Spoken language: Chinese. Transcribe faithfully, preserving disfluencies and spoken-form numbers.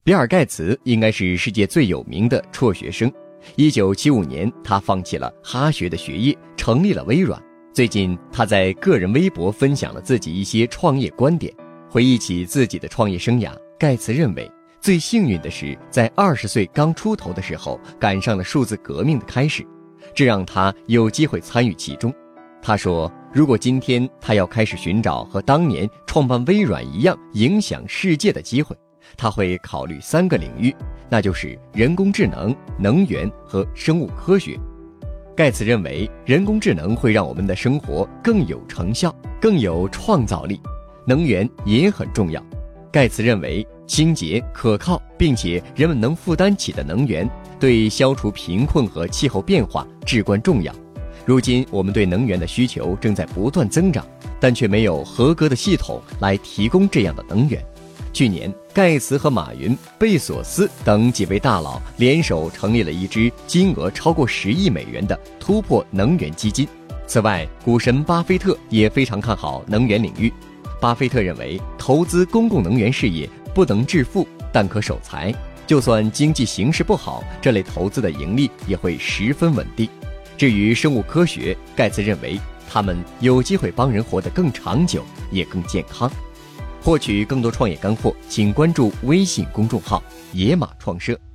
比尔·盖茨应该是世界最有名的辍学生。一九七五年，他放弃了哈学的学业，成立了微软。最近，他在个人微博分享了自己一些创业观点。回忆起自己的创业生涯，盖茨认为最幸运的是在二十岁刚出头的时候赶上了数字革命的开始，这让他有机会参与其中。他说，如果今天他要开始寻找和当年创办微软一样影响世界的机会，他会考虑三个领域，那就是人工智能、能源和生物科学。盖茨认为，人工智能会让我们的生活更有成效，更有创造力。能源也很重要。盖茨认为，清洁、可靠并且人们能负担起的能源，对消除贫困和气候变化至关重要。如今，我们对能源的需求正在不断增长，但却没有合格的系统来提供这样的能源。去年，盖茨和马云、贝索斯等几位大佬联手成立了一支金额超过十亿美元的突破能源基金。此外，股神巴菲特也非常看好能源领域。巴菲特认为，投资公共能源事业不能致富，但可守财。就算经济形势不好，这类投资的盈利也会十分稳定。至于生物科学，盖茨认为他们有机会帮人活得更长久，也更健康。获取更多创业干货，请关注微信公众号“野马创社”。